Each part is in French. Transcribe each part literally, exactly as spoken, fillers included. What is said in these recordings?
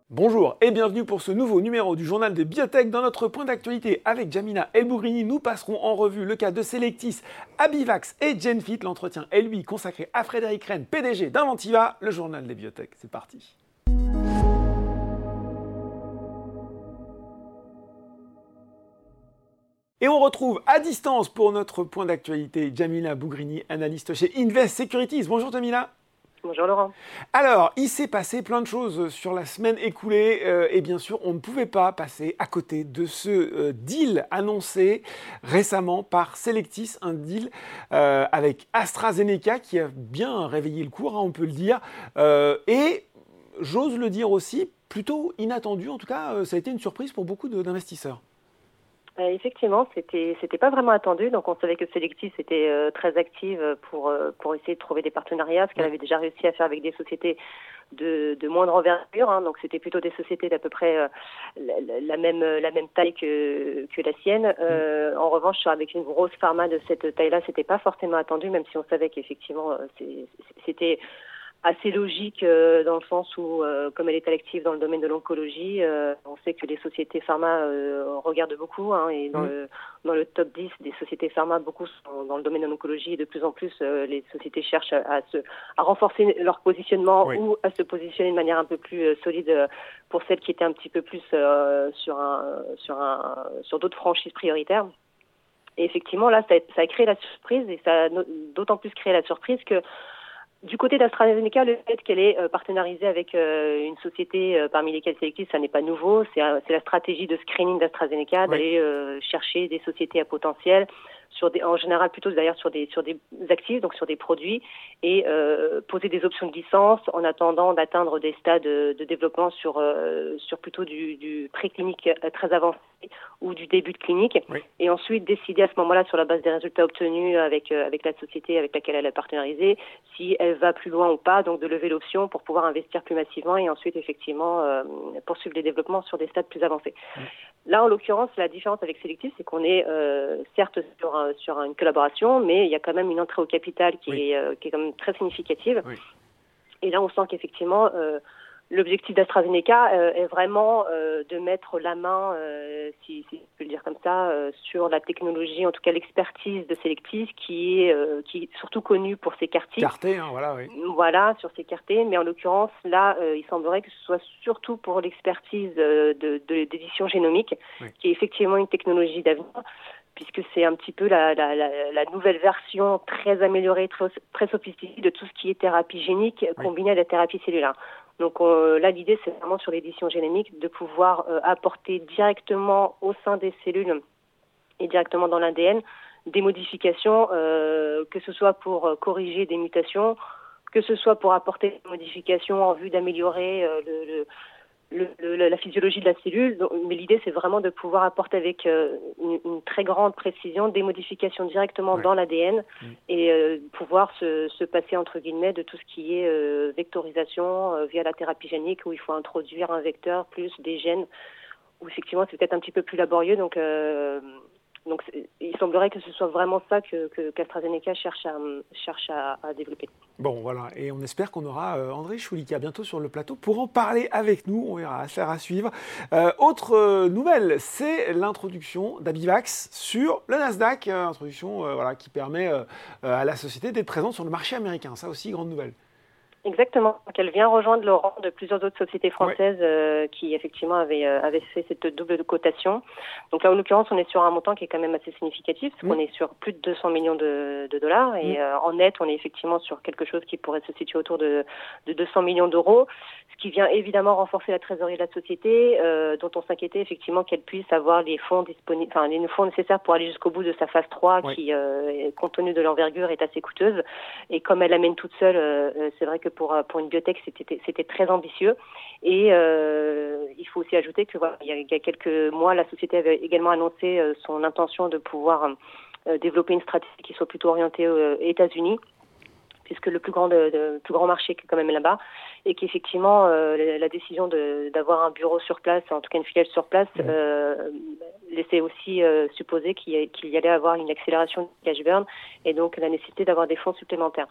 Bonjour et bienvenue pour ce nouveau numéro du journal de Biotech. Dans notre point d'actualité avec Jamila El-Bougrini, nous passerons en revue le cas de Selectis, Abivax et Genfit. L'entretien est lui consacré à Frédéric Rennes, P D G d'Inventiva, le journal des Biotech. C'est parti. Et on retrouve à distance pour notre point d'actualité Jamila Bougrini, analyste chez Invest Securities. Bonjour Jamila. Bonjour Laurent. Alors, il s'est passé plein de choses sur la semaine écoulée euh, et bien sûr, on ne pouvait pas passer à côté de ce euh, deal annoncé récemment par Selectis, un deal euh, avec AstraZeneca qui a bien réveillé le cours, hein, on peut le dire, euh, et j'ose le dire aussi, plutôt inattendu, en tout cas, euh, ça a été une surprise pour beaucoup de, d'investisseurs. Euh, effectivement, c'était c'était pas vraiment attendu. Donc, on savait que Selectis était euh, très active pour euh, pour essayer de trouver des partenariats, ce qu'elle avait déjà réussi à faire avec des sociétés de, de moindre envergure. Hein. Donc, c'était plutôt des sociétés d'à peu près euh, la, la même la même taille que que la sienne. Euh, en revanche, avec une grosse pharma de cette taille-là, c'était pas forcément attendu, même si on savait qu'effectivement, c'est, c'était assez logique euh, dans le sens où, euh, comme elle est active dans le domaine de l'oncologie, euh, on sait que les sociétés pharma euh, regardent beaucoup, hein, et dans, mmh. le, dans le top dix des sociétés pharma, beaucoup sont dans le domaine de l'oncologie, et de plus en plus, euh, les sociétés cherchent à, à, se, à renforcer leur positionnement, oui. ou à se positionner de manière un peu plus euh, solide euh, pour celles qui étaient un petit peu plus euh, sur, un, sur, un, sur d'autres franchises prioritaires. Et effectivement, là, ça a, ça a créé la surprise, et ça a d'autant plus créé la surprise que du côté d'AstraZeneca, le fait qu'elle est euh, partenarisée avec euh, une société euh, parmi lesquelles Selectis, ça n'est pas nouveau. C'est, euh, c'est la stratégie de screening d'AstraZeneca, oui. d'aller euh, chercher des sociétés à potentiel, sur des, en général plutôt d'ailleurs sur des sur des actifs, donc sur des produits, et euh, poser des options de licence en attendant d'atteindre des stades de, de développement sur euh, sur plutôt du, du préclinique très avancé ou du début de clinique, oui. et ensuite décider à ce moment-là sur la base des résultats obtenus avec euh, avec la société avec laquelle elle est partenarisée, si elle va plus loin ou pas, donc de lever l'option pour pouvoir investir plus massivement et ensuite effectivement euh, poursuivre les développements sur des stades plus avancés. Oui. Là, en l'occurrence, la différence avec Selectis, c'est qu'on est euh, certes sur, un, sur une collaboration, mais il y a quand même une entrée au capital qui, oui. est, euh, qui est quand même très significative. Oui. Et là, on sent qu'effectivement, euh, l'objectif d'AstraZeneca euh, est vraiment euh, de mettre la main, euh, si, si je peux le dire comme ça, euh, sur la technologie, en tout cas l'expertise de Selectis, qui est, euh, qui est surtout connue pour ses CAR-T. CAR-T, hein, voilà, oui. Voilà, sur ses CAR-T, mais en l'occurrence, là, euh, il semblerait que ce soit surtout pour l'expertise euh, de, de, d'édition génomique, oui. qui est effectivement une technologie d'avenir, puisque c'est un petit peu la, la, la, la nouvelle version très améliorée, très, très sophistiquée de tout ce qui est thérapie génique oui. combinée à la thérapie cellulaire. Donc euh, là, l'idée, c'est vraiment sur l'édition génomique de pouvoir euh, apporter directement au sein des cellules et directement dans l'A D N des modifications, euh, que ce soit pour euh, corriger des mutations, que ce soit pour apporter des modifications en vue d'améliorer euh, le, le Le, le, la physiologie de la cellule, donc, mais l'idée c'est vraiment de pouvoir apporter avec euh, une, une très grande précision des modifications directement ouais. dans l'A D N mmh. et euh, pouvoir se, se passer entre guillemets de tout ce qui est euh, vectorisation euh, via la thérapie génique où il faut introduire un vecteur plus des gènes où effectivement c'est peut-être un petit peu plus laborieux donc euh, donc il semblerait que ce soit vraiment ça que, que qu'AstraZeneca cherche à cherche à, à développer. Bon voilà, et on espère qu'on aura euh, André Choulika bientôt sur le plateau pour en parler avec nous, on verra, affaire à suivre. Euh, autre euh, nouvelle, c'est l'introduction d'Abivax sur le Nasdaq, euh, introduction euh, voilà, qui permet euh, à la société d'être présente sur le marché américain, ça aussi, grande nouvelle. Exactement. Donc, elle vient rejoindre le rang de plusieurs autres sociétés françaises ouais. euh, qui effectivement avaient, euh, avaient fait cette double cotation. Donc là, en l'occurrence, on est sur un montant qui est quand même assez significatif, parce mmh. qu'on est sur plus de deux cents millions de, de dollars. Et mmh. euh, en net, on est effectivement sur quelque chose qui pourrait se situer autour de, de deux cents millions d'euros, ce qui vient évidemment renforcer la trésorerie de la société, euh, dont on s'inquiétait effectivement qu'elle puisse avoir les fonds disponibles, enfin les fonds nécessaires pour aller jusqu'au bout de sa phase trois, ouais. qui, euh, compte tenu de l'envergure, est assez coûteuse. Et comme elle l'amène toute seule, euh, c'est vrai que pour pour une biotech, c'était c'était très ambitieux. Et euh, il faut aussi ajouter que voilà, il y a, il y a quelques mois, la société avait également annoncé euh, son intention de pouvoir euh, développer une stratégie qui soit plutôt orientée aux États-Unis, puisque le plus grand de, de plus grand marché est quand même là-bas, et qu'effectivement euh, la, la décision de, d'avoir un bureau sur place, en tout cas une filiale sur place, mmh. euh, laissait aussi euh, supposer qu'il y, qu'il y allait avoir une accélération du cash burn et donc la nécessité d'avoir des fonds supplémentaires.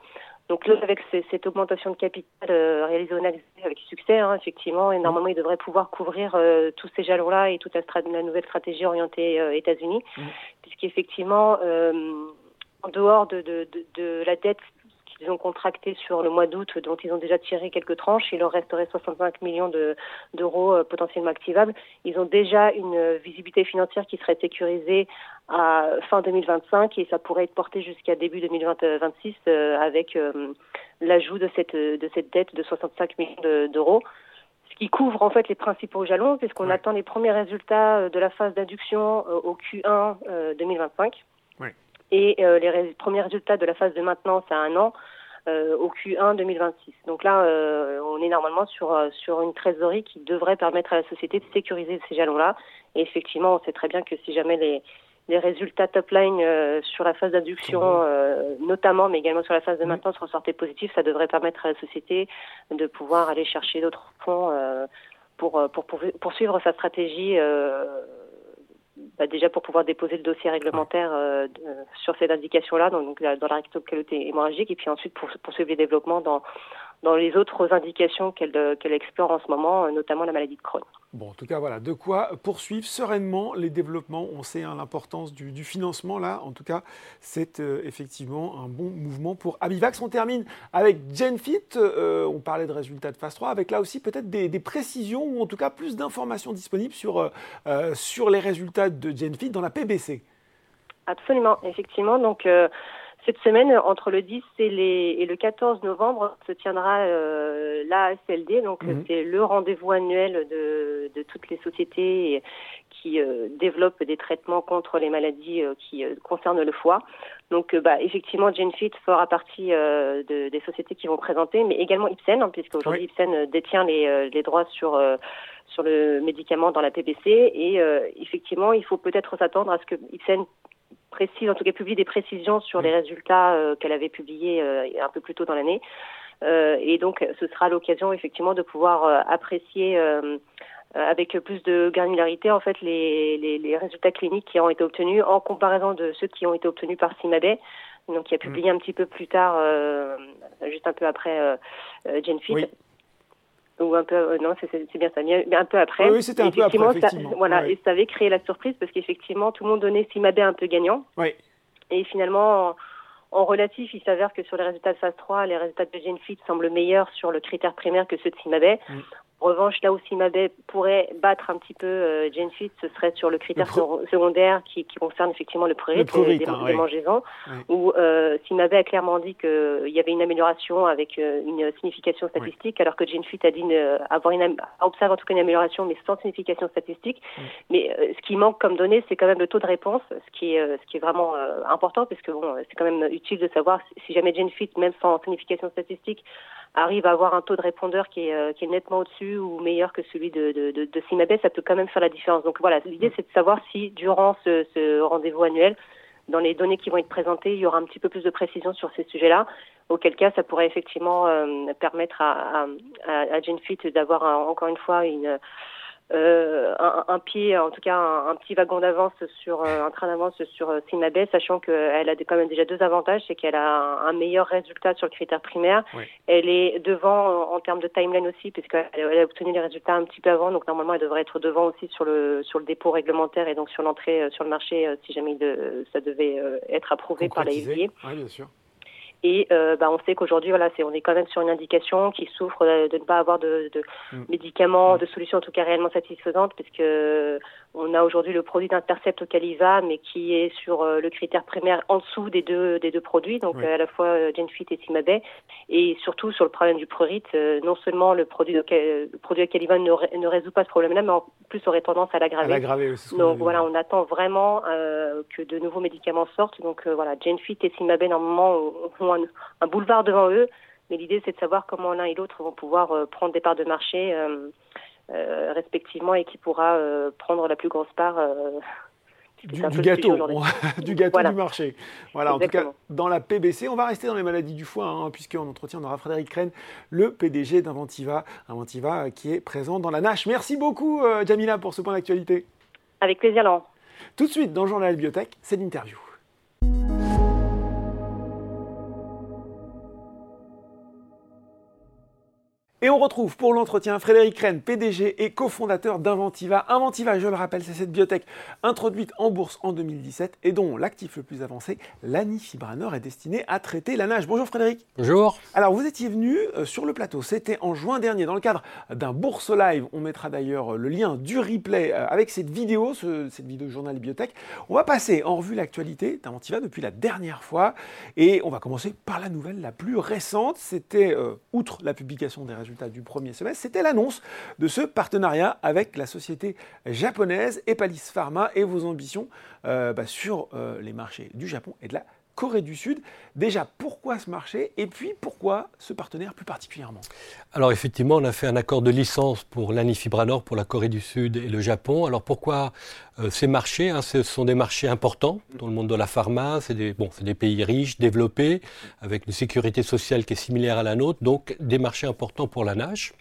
Donc là, avec c- cette augmentation de capital euh, réalisée au Nasdaq avec succès, hein, effectivement, et normalement, il devrait pouvoir couvrir euh, tous ces jalons-là et toute la, strat- la nouvelle stratégie orientée euh, États-Unis, mmh. puisqu'effectivement, euh, en dehors de, de, de, de la dette qu'ils ont contractée sur le mois d'août, dont ils ont déjà tiré quelques tranches, il leur resterait soixante-cinq millions de, d'euros euh, potentiellement activables. Ils ont déjà une euh, visibilité financière qui serait sécurisée à fin deux mille vingt-cinq et ça pourrait être porté jusqu'à début deux mille vingt-six euh, avec euh, l'ajout de cette, de cette dette de soixante-cinq millions de, d'euros. Ce qui couvre en fait les principaux jalons, puisqu'on ouais. attend les premiers résultats de la phase d'induction euh, au Q un euh, deux mille vingt-cinq. Ouais. Et euh, les ré- premiers résultats de la phase de maintenance à un an euh, au Q un deux mille vingt-six. Donc là, euh, on est normalement sur, euh, sur une trésorerie qui devrait permettre à la société de sécuriser ces jalons-là. Et effectivement, on sait très bien que si jamais les, les résultats top-line euh, sur la phase d'induction, euh, notamment, mais également sur la phase de maintenance, mmh. ressortaient positifs, ça devrait permettre à la société de pouvoir aller chercher d'autres fonds euh, pour, pour, pour poursuivre sa stratégie euh, Bah déjà pour pouvoir déposer le dossier réglementaire euh, de, sur ces indications-là, donc, donc dans la rectocalite hémorragique, et puis ensuite pour poursuivre les développements dans, dans les autres indications qu'elle, qu'elle explore en ce moment, notamment la maladie de Crohn. Bon, en tout cas, voilà, de quoi poursuivre sereinement les développements. On sait hein, l'importance du, du financement, là. En tout cas, c'est euh, effectivement un bon mouvement pour Abivax. On termine avec GenFit. Euh, on parlait de résultats de phase trois, avec là aussi peut-être des, des précisions ou en tout cas plus d'informations disponibles sur, euh, sur les résultats de GenFit dans la P B C. Absolument, effectivement. Donc, euh, cette semaine, entre le dix et, les, et le quatorze novembre, se tiendra euh, l'A S L D. Donc, mmh. c'est le rendez-vous annuel de, de toutes les sociétés qui euh, développent des traitements contre les maladies euh, qui euh, concernent le foie. Donc, euh, bah, effectivement, GenFit fera partie euh, de, des sociétés qui vont présenter, mais également Ipsen, hein, puisque aujourd'hui oui. Ipsen détient les, les droits sur euh, sur le médicament dans la P B C. Et euh, effectivement, il faut peut-être s'attendre à ce que Ipsen précise, en tout cas publie des précisions sur les résultats euh, qu'elle avait publiés euh, un peu plus tôt dans l'année. Euh, et donc, ce sera l'occasion effectivement de pouvoir euh, apprécier euh, avec plus de granularité en fait les, les, les résultats cliniques qui ont été obtenus en comparaison de ceux qui ont été obtenus par Symabay, donc qui a publié mmh. un petit peu plus tard, euh, juste un peu après euh, GenFit. Oui. Ou un peu, euh, non, c'est, c'est bien ça, mais un peu après. Oui, oui c'était un peu après, effectivement. Ça, voilà, oui. Et ça avait créé la surprise parce qu'effectivement, tout le monde donnait Symabay un peu gagnant. Oui. Et finalement, en, en relatif, il s'avère que sur les résultats de phase trois, les résultats de GenFit semblent meilleurs sur le critère primaire que ceux de Symabay. Mm. En revanche, là où Symabay pourrait battre un petit peu euh, GenFit, ce serait sur le critère le pro... secondaire qui, qui concerne effectivement le prurite, le prurite des, hein, des oui. mangeaisons, oui. où euh, Symabay a clairement dit qu'il y avait une amélioration avec euh, une signification statistique, oui. alors que GenFit a dit une, avoir une, observe en tout cas une amélioration, mais sans signification statistique. Oui. Mais euh, ce qui manque comme donnée, c'est quand même le taux de réponse, ce qui est, euh, ce qui est vraiment euh, important, parce que bon, c'est quand même utile de savoir si, si jamais GenFit, même sans signification statistique, arrive à avoir un taux de répondeur qui est, euh, qui est nettement au-dessus ou meilleur que celui de, de, de, de Symabay, ça peut quand même faire la différence. Donc voilà, l'idée c'est de savoir si durant ce, ce rendez-vous annuel, dans les données qui vont être présentées, il y aura un petit peu plus de précision sur ces sujets-là, auquel cas ça pourrait effectivement euh, permettre à, à, à GenFit d'avoir un, encore une fois une... Euh, un, un pied, en tout cas un, un petit wagon d'avance sur euh, un train d'avance sur euh, Symabay, sachant qu'elle a des, quand même déjà deux avantages, c'est qu'elle a un, un meilleur résultat sur le critère primaire. Oui. Elle est devant en, en termes de timeline aussi, puisqu'elle elle a obtenu les résultats un petit peu avant, donc normalement elle devrait être devant aussi sur le sur le dépôt réglementaire et donc sur l'entrée euh, sur le marché euh, si jamais de, ça devait euh, être approuvé par la F D A. Oui, bien sûr. Et euh, bah, on sait qu'aujourd'hui, voilà, c'est, on est quand même sur une indication qui souffre de, de ne pas avoir de, de mmh. médicaments, mmh. de solutions en tout cas réellement satisfaisantes, puisque on a aujourd'hui le produit d'Intercept Ocaliva, mais qui est sur euh, le critère primaire en dessous des deux des deux produits, donc oui. euh, à la fois euh, GenFit et Symabay, et surtout sur le problème du prurite, euh, non seulement le produit de, le produit Ocaliva ne, ré, ne résout pas ce problème-là, mais en plus aurait tendance à l'aggraver. À l'aggraver aussi. Donc voilà, on attend vraiment euh, que de nouveaux médicaments sortent. Donc euh, voilà, GenFit et Symabay normalement ont un, un boulevard devant eux, mais l'idée c'est de savoir comment l'un et l'autre vont pouvoir euh, prendre des parts de marché euh, euh, respectivement et qui pourra euh, prendre la plus grosse part euh, du, du gâteau, du gâteau voilà. du marché. Voilà, exactement. En tout cas, dans la P B C, on va rester dans les maladies du foie, hein, puisqu'en entretien, on aura Frédéric Crène, le P D G d'Inventiva, Inventiva qui est présent dans la N A S H. Merci beaucoup, euh, Jamila, pour ce point d'actualité. Avec plaisir, Laurent. Tout de suite, dans le journal Biotech, c'est l'interview. Et on retrouve pour l'entretien Frédéric Renne, P D G et cofondateur d'Inventiva. Inventiva, je le rappelle, c'est cette biotech introduite en bourse en deux mille dix-sept et dont l'actif le plus avancé, l'anifibranor, est destiné à traiter la nage. Bonjour Frédéric. Bonjour. Alors vous étiez venu euh, sur le plateau, c'était en juin dernier dans le cadre d'un bourse live. On mettra d'ailleurs le lien du replay euh, avec cette vidéo, ce, cette vidéo journal biotech. On va passer en revue l'actualité d'Inventiva depuis la dernière fois et on va commencer par la nouvelle la plus récente. C'était, euh, outre la publication des résultats du premier semestre, c'était l'annonce de ce partenariat avec la société japonaise Hepalis Pharma et vos ambitions euh, bah, sur euh, les marchés du Japon et de la Corée du Sud. Déjà, pourquoi ce marché et puis pourquoi ce partenaire plus particulièrement? Alors effectivement, on a fait un accord de licence pour l'anifibranor pour la Corée du Sud et le Japon. Alors pourquoi euh, ces marchés hein, ce sont des marchés importants dans le monde de la pharma. C'est des, bon, c'est des pays riches, développés, avec une sécurité sociale qui est similaire à la nôtre, donc des marchés importants pour la nage.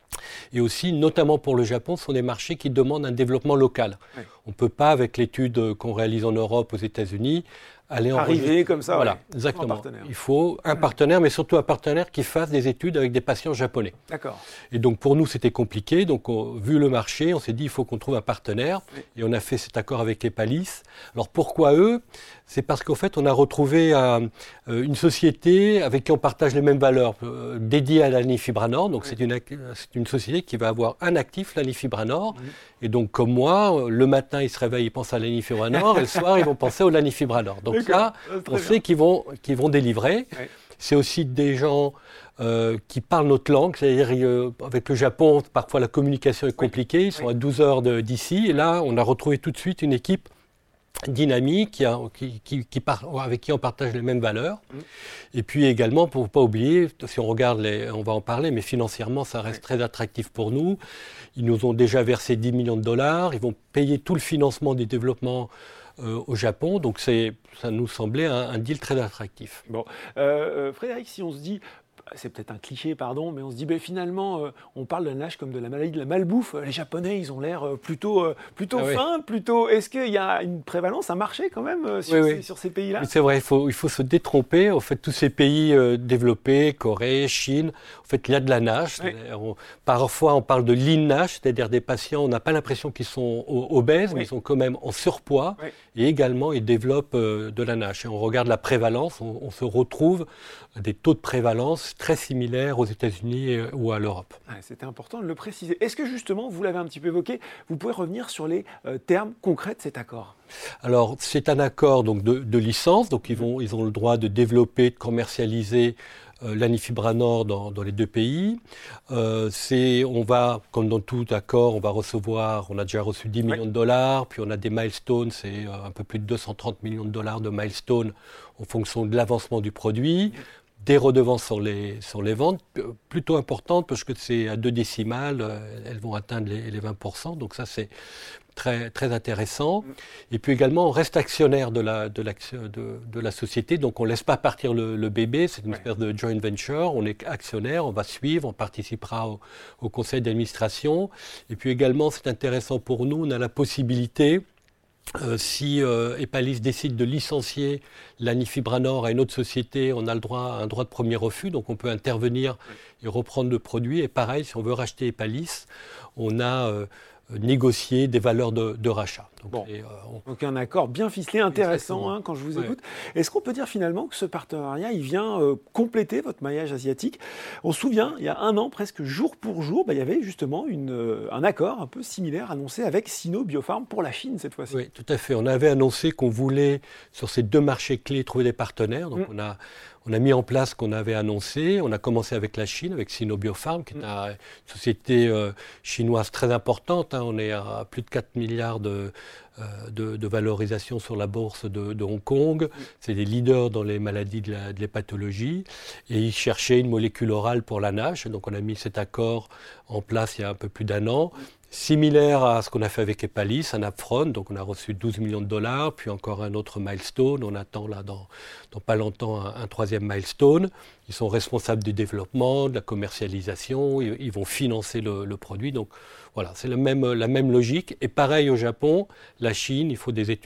Et aussi, notamment pour le Japon, ce sont des marchés qui demandent un développement local. Oui. On ne peut pas, avec l'étude qu'on réalise en Europe, aux États-Unis, aller arriver comme ça. Voilà, ouais. exactement. Il faut un partenaire, mais surtout un partenaire qui fasse des études avec des patients japonais. D'accord. Et donc pour nous, c'était compliqué. Donc on, vu le marché, on s'est dit il faut qu'on trouve un partenaire. Oui. Et on a fait cet accord avec Hepalis. Alors pourquoi eux? C'est parce qu'en fait, on a retrouvé euh, une société avec qui on partage les mêmes valeurs, euh, dédiée à l'anifibranor. Donc oui. c'est, une, c'est une société qui va avoir un actif, l'anifibranor. Oui. Et donc comme moi, le matin, ils se réveillent, ils pensent à l'anifibranor, et le soir, ils vont penser au lanifibranor. Donc là, on bien. sait qu'ils vont, qu'ils vont délivrer. Oui. C'est aussi des gens euh, qui parlent notre langue, c'est-à-dire euh, avec le Japon, parfois la communication est compliquée, ils sont oui. à douze heures de, d'ici. Et là, on a retrouvé tout de suite une équipe dynamique qui a, qui, qui, qui par, avec qui on partage les mêmes valeurs. Mmh. Et puis également, pour ne pas oublier, si on regarde, les, on va en parler, mais financièrement, ça reste oui. très attractif pour nous. Ils nous ont déjà versé dix millions de dollars, ils vont payer tout le financement du développement euh, au Japon, donc c'est, ça nous semblait un, un deal très attractif. Bon, euh, Frédéric, si on se dit, c'est peut-être un cliché, pardon, mais on se dit, ben, finalement, euh, on parle de la nage comme de la maladie de la malbouffe. Les Japonais, ils ont l'air euh, plutôt, euh, plutôt ah fins, oui. plutôt... Est-ce qu'il y a une prévalence, un marché quand même euh, sur, oui, ces, oui. sur ces pays-là? Oui, c'est vrai, il faut, il faut se détromper. En fait, tous ces pays euh, développés, Corée, Chine, en fait, il y a de la nage. Oui. On, parfois, on parle de lean nage, c'est-à-dire des patients, on n'a pas l'impression qu'ils sont obèses, oui. mais ils sont quand même en surpoids. Oui. Et également, ils développent euh, de la nage. Et on regarde la prévalence, on, on se retrouve des taux de prévalence très similaires aux États-Unis ou à l'Europe. Ah, c'était important de le préciser. Est-ce que justement, vous l'avez un petit peu évoqué, vous pouvez revenir sur les euh, termes concrets de cet accord? Alors, c'est un accord donc, de, de licence, donc ils, vont, ils ont le droit de développer, de commercialiser euh, l'anifibranor dans, dans les deux pays. Euh, c'est, on va, comme dans tout accord, on va recevoir, on a déjà reçu dix millions de dollars, puis on a des milestones, c'est euh, un peu plus de deux cent trente millions de dollars de milestones en fonction de l'avancement du produit. Des redevances sur les, sur les ventes, plutôt importantes parce que c'est à deux décimales, elles vont atteindre les, les vingt pour cent, donc ça c'est très, très intéressant. Et puis également, on reste actionnaire de la, de, de, de la société, donc on ne laisse pas partir le, le bébé, c'est une espèce de joint venture, on est actionnaire, on va suivre, on participera au, au conseil d'administration. Et puis également, c'est intéressant pour nous, on a la possibilité, Euh, si euh, Hepalis décide de licencier l'anifibranor à une autre société, on a le droit à un droit de premier refus, donc on peut intervenir et reprendre le produit. Et pareil, si on veut racheter Hepalis, on a euh, négocié des valeurs de, de rachat. Donc, bon. et, euh, on... donc un accord bien ficelé, intéressant hein, quand je vous ouais. écoute. Est-ce qu'on peut dire finalement que ce partenariat, il vient euh, compléter votre maillage asiatique? On se souvient, il y a un an, presque jour pour jour, bah, il y avait justement une, euh, un accord un peu similaire annoncé avec Sino Biopharm pour la Chine cette fois-ci. Oui, tout à fait. On avait annoncé qu'on voulait, sur ces deux marchés clés, trouver des partenaires. Donc mm. on a... On a mis en place ce qu'on avait annoncé. On a commencé avec la Chine, avec Sino Biopharm, qui est une société euh, chinoise très importante. Hein. On est à plus de quatre milliards de, euh, de, de valorisation sur la bourse de, de Hong Kong. C'est des leaders dans les maladies de, la, de l'hépatologie. Et ils cherchaient une molécule orale pour la nage. Donc on a mis cet accord en place il y a un peu plus d'un an. Similaire à ce qu'on a fait avec Hepalis, un upfront, donc on a reçu douze millions de dollars, puis encore un autre milestone, on attend là dans, dans pas longtemps un, un troisième milestone. Ils sont responsables du développement, de la commercialisation, ils, ils vont financer le, le produit, donc voilà, c'est la même, la même logique. Et pareil au Japon, la Chine, il faut des études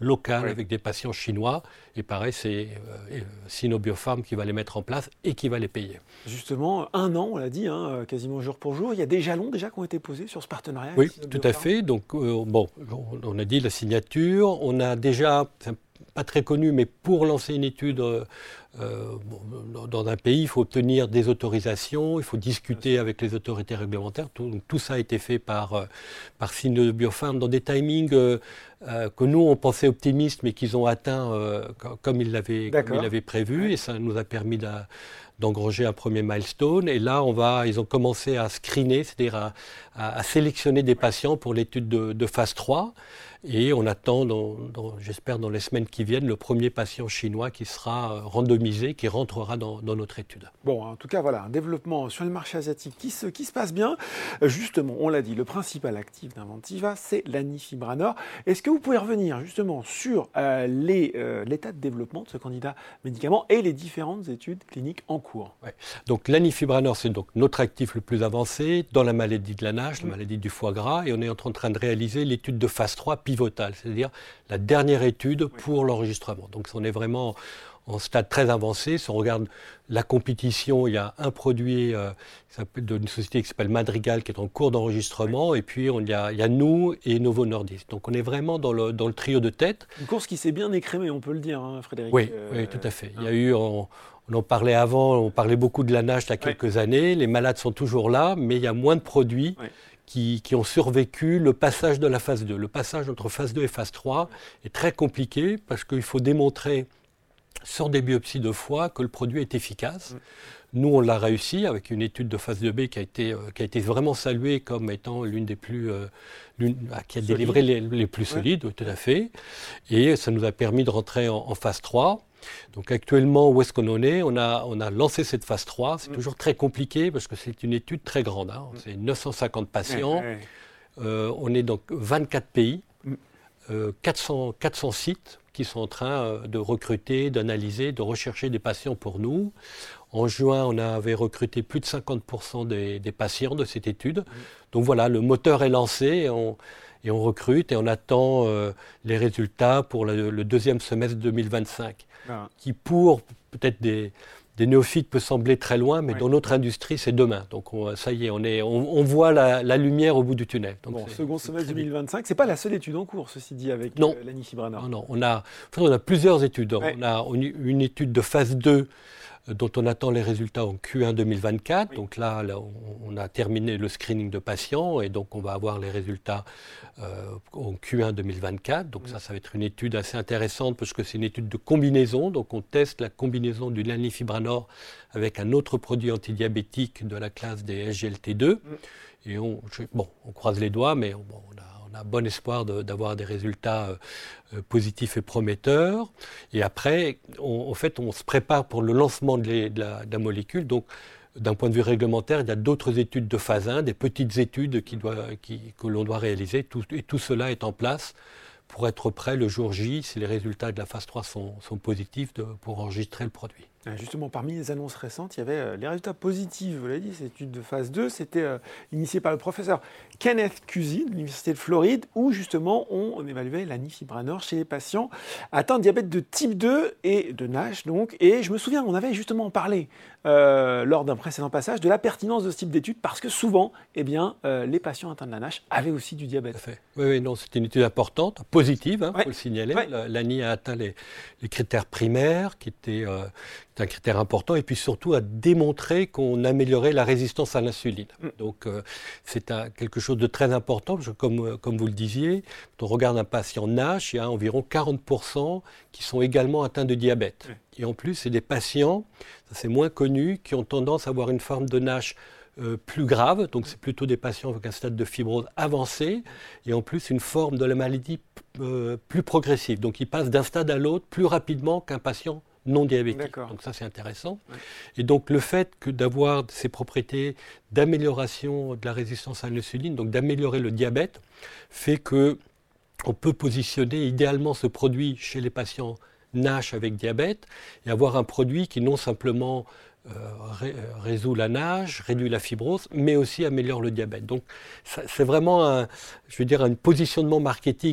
locales oui. avec des patients chinois. Et pareil, c'est euh, Sino-Biopharm qui va les mettre en place et qui va les payer. Justement, un an, on l'a dit, hein, quasiment jour pour jour. Il y a des jalons déjà qui ont été posés sur ce partenariat. Oui, tout à fait. Donc, euh, bon, on a dit la signature. On a déjà, c'est pas très connu, mais pour lancer une étude euh, euh, dans un pays, il faut obtenir des autorisations, il faut discuter avec les autorités réglementaires. Tout, donc, tout ça a été fait par, euh, par Sino-Biopharm dans des timings euh, euh, que nous, on pensait optimistes, mais qu'ils ont atteints euh, comme ils l'avaient, comme ils l'avaient prévu. Ouais. Et ça nous a permis de, d'engranger un premier milestone. Et là, on va, ils ont commencé à screener, c'est-à-dire à, à, à sélectionner des patients pour l'étude de, de phase trois. Et on attend, dans, dans, j'espère, dans les semaines qui viennent, le premier patient chinois qui sera randomisé, qui rentrera dans, dans notre étude. Bon, en tout cas, voilà, un développement sur le marché asiatique qui se, qui se passe bien. Justement, on l'a dit, le principal actif d'Inventiva, c'est l'anifibranor. Est-ce que vous pouvez revenir justement sur euh, les, euh, l'état de développement de ce candidat médicament et les différentes études cliniques en cours? Ouais. Donc l'anifibranor, c'est donc notre actif le plus avancé dans la maladie de la nage, mmh. la maladie du foie gras, et on est en train de réaliser l'étude de phase trois pivotale, c'est-à-dire la dernière étude pour oui. l'enregistrement. Donc on est vraiment en stade très avancé. Si on regarde la compétition, il y a un produit euh, d'une société qui s'appelle Madrigal qui est en cours d'enregistrement, oui. et puis on, il, y a, il y a nous et Novo Nordisk. Donc on est vraiment dans le, dans le trio de tête. Une course qui s'est bien écrémée, on peut le dire, hein, Frédéric. Oui, euh, oui, tout à fait. Il y a eu, on, on en parlait avant, on parlait beaucoup de la nage il y a quelques oui. années. Les malades sont toujours là, mais il y a moins de produits. Oui. Qui, qui ont survécu le passage de la phase deux. Le passage entre phase deux et phase trois est très compliqué parce qu'il faut démontrer sur des biopsies de foie que le produit est efficace. Nous, on l'a réussi avec une étude de phase deux B qui a été, euh, qui a été vraiment saluée comme étant l'une des plus... Euh, l'une, qui a délivré les, les plus solides, ouais. tout à fait. Et ça nous a permis de rentrer en, en phase trois. Donc actuellement, où est-ce qu'on en est ? on a, on a lancé cette phase trois. C'est mmh. toujours très compliqué parce que c'est une étude très grande. Hein. Mmh. C'est neuf cent cinquante patients. Mmh. Euh, on est dans vingt-quatre pays, mmh. euh, quatre cents, quatre cents sites qui sont en train de recruter, d'analyser, de rechercher des patients pour nous. En juin, on avait recruté plus de cinquante pour cent des, des patients de cette étude. Mmh. Donc voilà, le moteur est lancé et on, et on recrute et on attend euh, les résultats pour le, le deuxième semestre deux mille vingt-cinq. Ah. Qui pour peut-être des, des néophytes peut sembler très loin, mais oui. dans notre industrie, c'est demain. Donc on, ça y est, on, est, on, on voit la, la lumière au bout du tunnel. Donc bon, c'est, second c'est semestre deux mille vingt-cinq, c'est pas la seule étude en cours, ceci dit, avec non. euh, l'anifibranor. Non, non, on a, on a plusieurs études. Ouais. On a une étude de phase deux dont on attend les résultats en Q un deux mille vingt-quatre. Oui. Donc là, là on, on a terminé le screening de patients et donc on va avoir les résultats euh, en Q un deux mille vingt-quatre. Donc oui. ça, ça va être une étude assez intéressante parce que c'est une étude de combinaison. Donc on teste la combinaison du lanifibranor avec un autre produit antidiabétique de la classe des S G L T deux. Oui. Et on, je, bon, on croise les doigts, mais bon, on a On a bon espoir de, d'avoir des résultats euh, positifs et prometteurs. Et après, on, en fait, on se prépare pour le lancement de, les, de, la, de la molécule. Donc, d'un point de vue réglementaire, il y a d'autres études de phase un, des petites études qui doit, qui, que l'on doit réaliser. Tout, et tout cela est en place pour être prêt le jour J, si les résultats de la phase trois sont, sont positifs, de, pour enregistrer le produit. Justement, parmi les annonces récentes, il y avait euh, les résultats positifs. Vous l'avez dit, cette étude de phase deux, c'était euh, initié par le professeur Kenneth Cusi de l'Université de Floride, où justement on, on évaluait l'anifibranor chez les patients atteints de diabète de type deux et de NASH. Donc, et je me souviens, on avait justement parlé euh, lors d'un précédent passage de la pertinence de ce type d'étude, parce que souvent, eh bien, euh, les patients atteints de la NASH avaient aussi du diabète. Tout à fait. Oui, oui, non, c'était une étude importante, positive, il hein, ouais. faut le signaler. Ouais. L'A N I a atteint les, les critères primaires, qui étaient... Euh, C'est un critère important, et puis surtout à démontrer qu'on améliorait la résistance à l'insuline. Mm. Donc euh, c'est un, quelque chose de très important, parce que comme, euh, comme vous le disiez, quand on regarde un patient NASH, il y a environ quarante pour cent qui sont également atteints de diabète. Mm. Et en plus, c'est des patients, ça c'est moins connu, qui ont tendance à avoir une forme de NASH Euh, plus grave, donc c'est plutôt des patients avec un stade de fibrose avancé, et en plus une forme de la maladie euh, plus progressive. Donc ils passent d'un stade à l'autre plus rapidement qu'un patient non diabétique. D'accord. Donc ça c'est intéressant. Ouais. Et donc le fait que d'avoir ces propriétés d'amélioration de la résistance à l'insuline, donc d'améliorer le diabète, fait que on peut positionner idéalement ce produit chez les patients NASH avec diabète et avoir un produit qui non simplement Euh, ré, résout la nage, réduit la fibrose, mais aussi améliore le diabète. Donc ça, c'est vraiment un, je veux dire, un positionnement marketing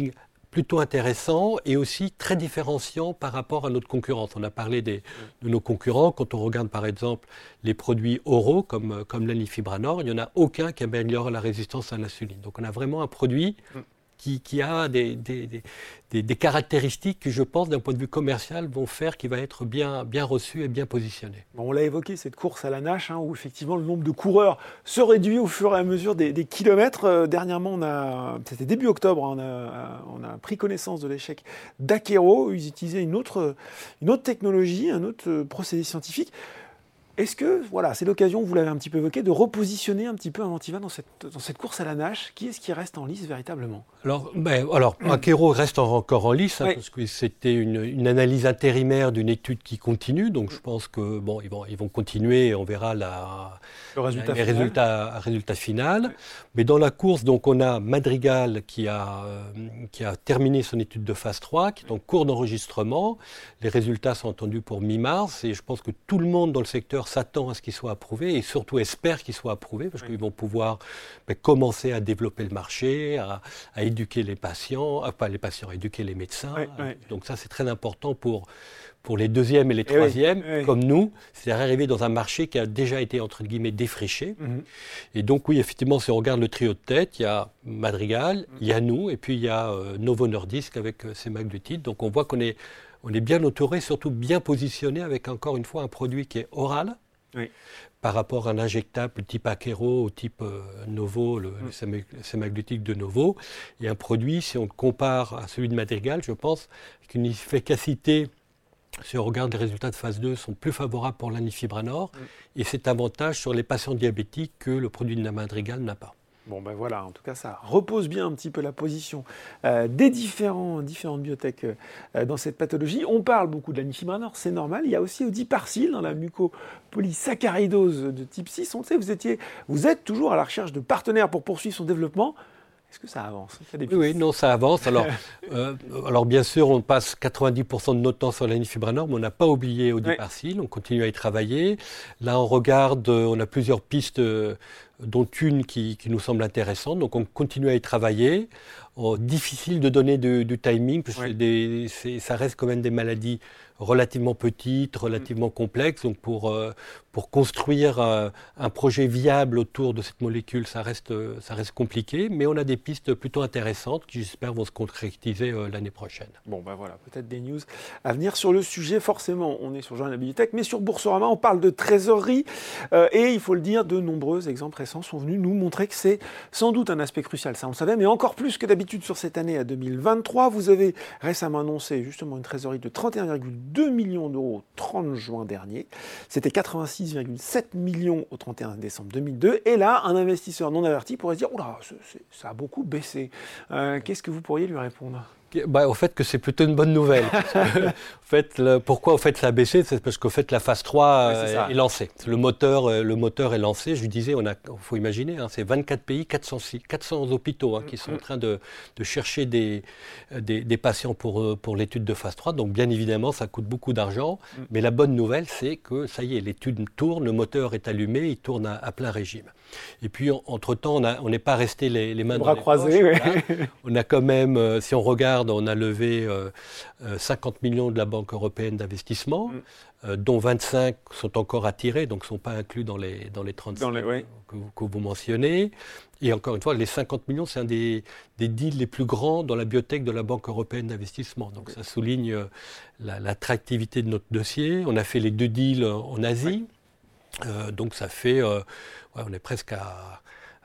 plutôt intéressant et aussi très différenciant par rapport à notre concurrence. On a parlé des, de nos concurrents. Quand on regarde par exemple les produits oraux comme, comme l'Anifibranor, il n'y en a aucun qui améliore la résistance à l'insuline. Donc on a vraiment un produit qui, qui a des, des, des, des, des caractéristiques qui, je pense, d'un point de vue commercial, vont faire qu'il va être bien, bien reçu et bien positionné. Bon, on l'a évoqué, cette course à la nage, hein, où effectivement le nombre de coureurs se réduit au fur et à mesure des, des kilomètres. Euh, dernièrement, on a, c'était début octobre, hein, on, a, on a pris connaissance de l'échec d'Akero. Ils utilisaient une autre, une autre technologie, un autre procédé scientifique. Est-ce que, voilà, c'est l'occasion, vous l'avez un petit peu évoqué, de repositionner un petit peu Inventiva dans cette, dans cette course à la nage? Qui est-ce qui reste en lice véritablement? Alors, ben, alors mmh. Akero reste en, encore en lice, hein, oui. parce que c'était une, une analyse intérimaire d'une étude qui continue. Donc, je pense que bon, ils vont, ils vont continuer et on verra la, le résultat les final. résultats, résultats final. Oui. Mais dans la course, donc, on a Madrigal qui a, euh, qui a terminé son étude de phase trois, qui est en cours d'enregistrement. Les résultats sont attendus pour mi-mars et je pense que tout le monde dans le secteur s'attend à ce qu'il soit approuvé et surtout espère qu'il soit approuvé parce oui. qu'ils vont pouvoir ben, commencer à développer le marché, à, à éduquer les patients, euh, pas les patients, à éduquer les médecins. Oui, oui. Donc ça, c'est très important pour, pour les deuxièmes et les troisièmes, oui, oui. comme nous, c'est-à-dire arriver dans un marché qui a déjà été, entre guillemets, défriché. Mm-hmm. Et donc oui, effectivement, si on regarde le trio de tête, il y a Madrigal, mm-hmm. il y a nous, et puis il y a euh, Novo Nordisk avec euh, semaglutide. Donc on voit qu'on est On est bien entouré, surtout bien positionné avec encore une fois un produit qui est oral oui. par rapport à un injectable type Akero ou type euh, Novo, le, mm. le semaglutide de Novo. Et un produit, si on le compare à celui de Madrigal, je pense qu'une efficacité, si on regarde les résultats de phase deux, sont plus favorables pour l'Anifibranor. Mm. Et cet avantage sur les patients diabétiques que le produit de Madrigal n'a pas. Bon ben voilà, en tout cas ça repose bien un petit peu la position euh, des différents, différentes biotech euh, dans cette pathologie. On parle beaucoup de l'Anifibranor, c'est normal. Il y a aussi Audiparcil dans la mucopolysaccharidose de type six. On sait, vous, étiez, vous êtes toujours à la recherche de partenaires pour poursuivre son développement. Est-ce que ça avance? Oui, oui, non, ça avance. Alors, euh, alors, bien sûr, on passe quatre-vingt-dix pour cent de notre temps sur l'Anifibranor, mais on n'a pas oublié Audiparcil, oui. on continue à y travailler. Là, on regarde, on a plusieurs pistes, euh, dont une qui, qui nous semble intéressante, donc on continue à y travailler. Oh, difficile de donner du, du timing, parce oui. que des, c'est, ça reste quand même des maladies relativement petites, relativement mmh. complexes. Donc pour, euh, pour construire euh, un projet viable autour de cette molécule, ça reste, ça reste compliqué. Mais on a des pistes plutôt intéressantes qui, j'espère, vont se concrétiser euh, l'année prochaine. Bon, ben voilà, peut-être des news à venir sur le sujet. Forcément, on est sur Journal Biotech, mais sur Boursorama, on parle de trésorerie. Euh, et il faut le dire, de nombreux exemples récents sont venus nous montrer que c'est sans doute un aspect crucial. Ça, on le savait, mais encore plus que d'habitude sur cette année à deux mille vingt-trois. Vous avez récemment annoncé justement une trésorerie de trente et un virgule deux millions d'euros au trente juin dernier. C'était quatre-vingt-six virgule sept millions au trente et un décembre deux mille deux. Et là, un investisseur non averti pourrait se dire « Oula, ça a beaucoup baissé euh, ». Qu'est-ce que vous pourriez lui répondre ? Bah, au fait que c'est plutôt une bonne nouvelle. En fait, le, pourquoi au fait ça a baissé? C'est parce qu'au fait la phase trois ouais, euh, est, est lancée. Le moteur, euh, le moteur est lancé. Je lui disais, on a, faut imaginer, hein, c'est vingt-quatre pays, quatre cents, quatre cents hôpitaux hein, qui sont en train de, de chercher des, des, des patients pour, pour l'étude de phase trois. Donc bien évidemment, ça coûte beaucoup d'argent. Mm. Mais la bonne nouvelle, c'est que ça y est, l'étude tourne, le moteur est allumé, il tourne à, à plein régime. Et puis, en, entre-temps, on n'est pas resté les, les mains les dans bras les croisés. poches, Ouais. Voilà. On a quand même, euh, si on regarde, on a levé euh, euh, cinquante millions de la Banque européenne d'investissement, mm. euh, dont vingt-cinq sont encore à tirer, donc ne sont pas inclus dans les, dans les trente-cinq dans les, ouais. que, que vous mentionnez. Et encore une fois, les cinquante millions, c'est un des, des deals les plus grands dans la biotech de la Banque européenne d'investissement. Donc ça souligne euh, la, l'attractivité de notre dossier. On a fait les deux deals en Asie. Ouais. Euh, donc ça fait, euh, ouais, on est presque à...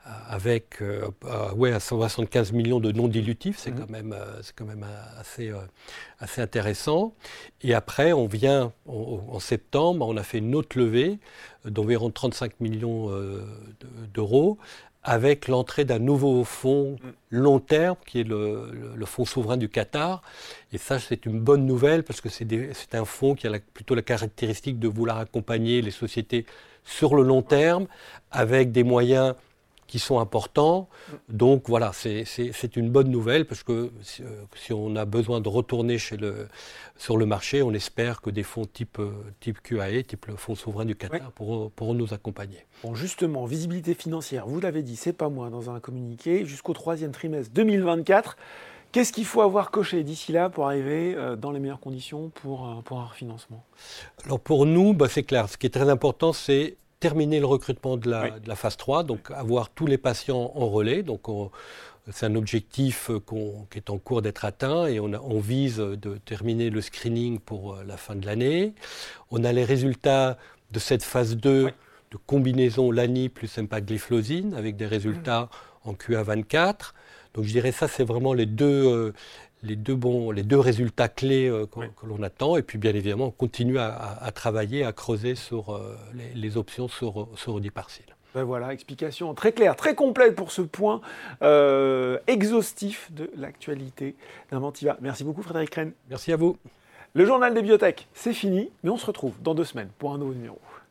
avec euh, euh, ouais, à cent soixante-quinze millions de non dilutifs, c'est, mmh. quand même, euh, c'est quand même assez, euh, assez intéressant. Et après, on vient, on, en septembre, on a fait une autre levée d'environ trente-cinq millions euh, d'euros avec l'entrée d'un nouveau fonds mmh. long terme, qui est le, le, le fonds souverain du Qatar. Et ça, c'est une bonne nouvelle, parce que c'est, des, c'est un fonds qui a la, plutôt la caractéristique de vouloir accompagner les sociétés sur le long terme, avec des moyens qui sont importants. Donc voilà, c'est, c'est, c'est une bonne nouvelle parce que si, euh, si on a besoin de retourner chez le, sur le marché, on espère que des fonds type, type Q A E, type le Fonds souverain du Qatar, oui. pourront, pourront nous accompagner. Bon, justement, visibilité financière, vous l'avez dit, c'est pas moi dans un communiqué, jusqu'au troisième trimestre deux mille vingt-quatre. Qu'est-ce qu'il faut avoir coché d'ici là pour arriver euh, dans les meilleures conditions pour, euh, pour un refinancement? Alors pour nous, bah, c'est clair. Ce qui est très important, c'est terminer le recrutement de la, oui. de la phase trois, donc avoir tous les patients en relais. Donc on, c'est un objectif qu'on, qui est en cours d'être atteint et on, a, on vise de terminer le screening pour la fin de l'année. On a les résultats de cette phase deux oui. de combinaison Lani plus empagliflozine avec des résultats mmh. en Q A vingt-quatre. Donc je dirais ça, c'est vraiment les deux, euh, les deux, bons, les deux résultats clés euh, oui. que l'on attend. Et puis bien évidemment, on continue à, à, à travailler, à creuser sur euh, les, les options sur, sur Odiparcil. Ben voilà, explication très claire, très complète pour ce point euh, exhaustif de l'actualité d'Inventiva. Merci beaucoup Frédéric Crenn. Merci à vous. Le journal des biotech, c'est fini, mais on se retrouve dans deux semaines pour un nouveau numéro.